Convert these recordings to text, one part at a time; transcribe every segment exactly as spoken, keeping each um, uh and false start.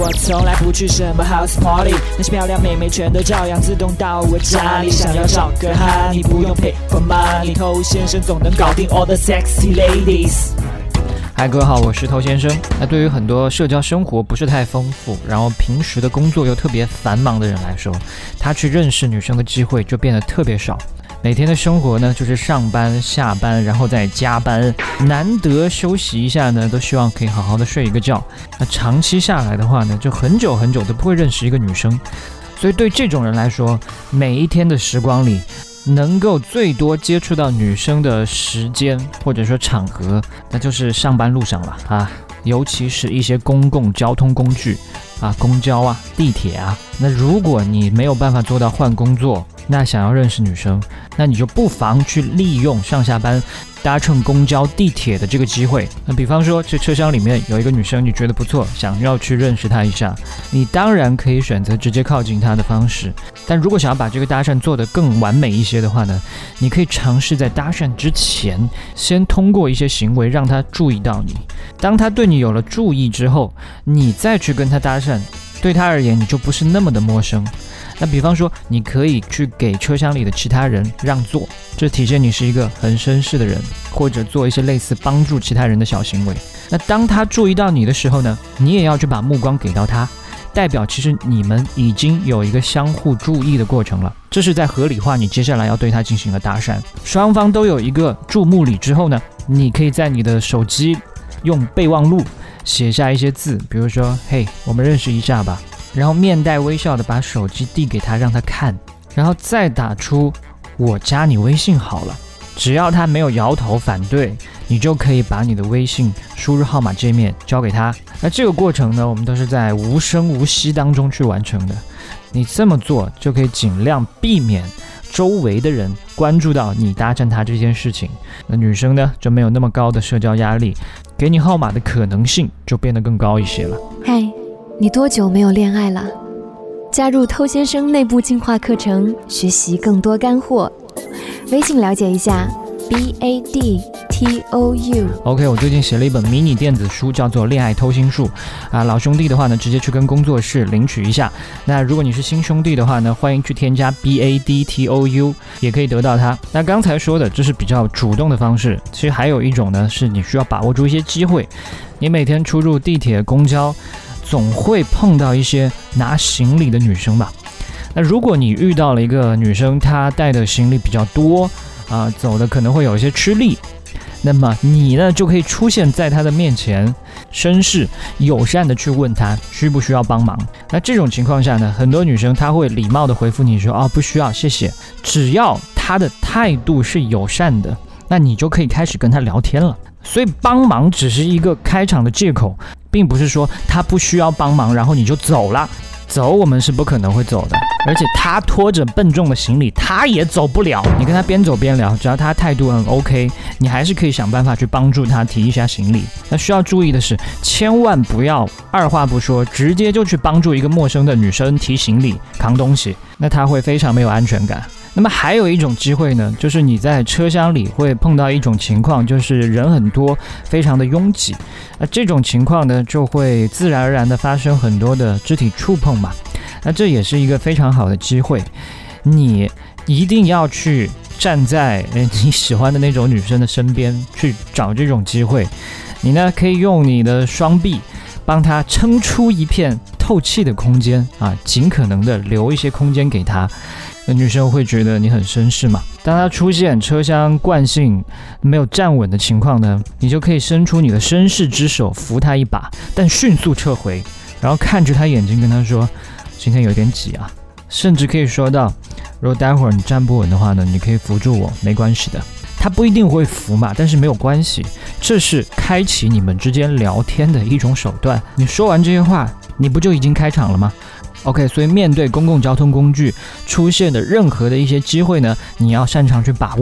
我从来不去什么 house party， 那些漂亮妹妹全都照样自动到我家里。想要找个哈，你不用 pay for money， 偷先生总能搞定 all the sexy ladies。 嗨，各位好，我是头先生。那对于很多社交生活不是太丰富，然后平时的工作又特别繁忙的人来说，他去认识女生的机会就变得特别少。每天的生活呢，就是上班、下班，然后再加班，难得休息一下呢，都希望可以好好的睡一个觉。那长期下来的话呢，就很久很久都不会认识一个女生。所以对这种人来说，每一天的时光里，能够最多接触到女生的时间或者说场合，那就是上班路上了啊，尤其是一些公共交通工具啊，公交啊、地铁啊。那如果你没有办法做到换工作，那想要认识女生，那你就不妨去利用上下班搭乘公交、地铁的这个机会。那比方说，这车厢里面有一个女生，你觉得不错，想要去认识她一下，你当然可以选择直接靠近她的方式。但如果想要把这个搭讪做得更完美一些的话呢，你可以尝试在搭讪之前，先通过一些行为让她注意到你。当她对你有了注意之后，你再去跟她搭讪，对她而言你就不是那么的陌生。那比方说，你可以去给车厢里的其他人让座，这体现你是一个很绅士的人，或者做一些类似帮助其他人的小行为。那当他注意到你的时候呢，你也要去把目光给到他，代表其实你们已经有一个相互注意的过程了。这是在合理化你接下来要对他进行的搭讪。双方都有一个注目礼之后呢，你可以在你的手机用备忘录写下一些字，比如说嘿，我们认识一下吧，然后面带微笑的把手机递给他让他看，然后再打出我加你微信好了。只要他没有摇头反对，你就可以把你的微信输入号码界面交给他。那这个过程呢，我们都是在无声无息当中去完成的。你这么做就可以尽量避免周围的人关注到你搭讪他这件事情。那女生呢，就没有那么高的社交压力，给你号码的可能性就变得更高一些了。 嗨，你多久没有恋爱了？加入偷先生内部进化课程，学习更多干货。微信了解一下 B A D T O U。 OK， 我最近写了一本迷你电子书，叫做《恋爱偷心术》啊，老兄弟的话呢，直接去跟工作室领取一下。那如果你是新兄弟的话呢，欢迎去添加 B A D T O U， 也可以得到它。那刚才说的这是比较主动的方式，其实还有一种呢，是你需要把握住一些机会。你每天出入地铁、公交，总会碰到一些拿行李的女生吧。那如果你遇到了一个女生，她带的行李比较多啊、呃，走的可能会有一些吃力，那么你呢就可以出现在她的面前，绅士友善的去问她需不需要帮忙。那这种情况下呢，很多女生她会礼貌的回复你说哦，不需要，谢谢。只要她的态度是友善的，那你就可以开始跟她聊天了。所以帮忙只是一个开场的借口，并不是说她不需要帮忙然后你就走了。走我们是不可能会走的，而且他拖着笨重的行李他也走不了。你跟他边走边聊，只要他态度很 OK， 你还是可以想办法去帮助他提一下行李。那需要注意的是，千万不要二话不说直接就去帮助一个陌生的女生提行李扛东西，那他会非常没有安全感。那么还有一种机会呢，就是你在车厢里会碰到一种情况，就是人很多，非常的拥挤。那这种情况呢，就会自然而然的发生很多的肢体触碰嘛。那这也是一个非常好的机会，你一定要去站在你喜欢的那种女生的身边去找这种机会。你呢，可以用你的双臂帮她撑出一片透气的空间啊，尽可能的留一些空间给她。那女生会觉得你很绅士嘛。当她出现车厢惯性没有站稳的情况呢，你就可以伸出你的绅士之手扶她一把，但迅速撤回，然后看着她眼睛跟她说今天有点挤啊，甚至可以说到如果待会儿你站不稳的话呢，你可以扶住我，没关系的。她不一定会扶嘛，但是没有关系，这是开启你们之间聊天的一种手段。你说完这些话，你不就已经开场了吗？ OK， 所以面对公共交通工具出现的任何的一些机会呢，你要擅长去把握。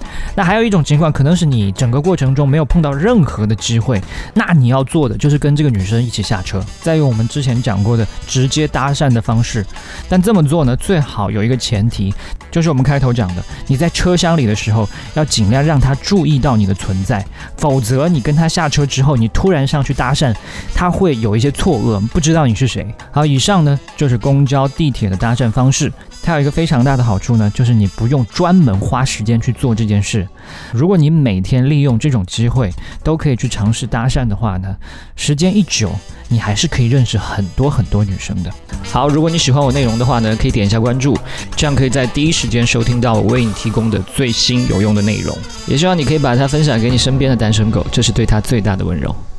那还有一种情况，可能是你整个过程中没有碰到任何的机会，那你要做的就是跟这个女生一起下车，再用我们之前讲过的直接搭讪的方式。但这么做呢，最好有一个前提，就是我们开头讲的，你在车厢里的时候要尽量让她注意到你的存在，否则你跟她下车之后，你突然上去搭讪，她会有一些错愕，不知道你是谁。好，以上呢就是公交、地铁的搭讪方式。它有一个非常大的好处呢，就是你不用专门花时间去做这件事。如果你每天利用这种机会都可以去尝试搭讪的话呢，时间一久，你还是可以认识很多很多女生的。好，如果你喜欢我内容的话呢，可以点一下关注，这样可以在第一时间收听到我为你提供的最新有用的内容。也希望你可以把它分享给你身边的单身狗，这是对他最大的温柔。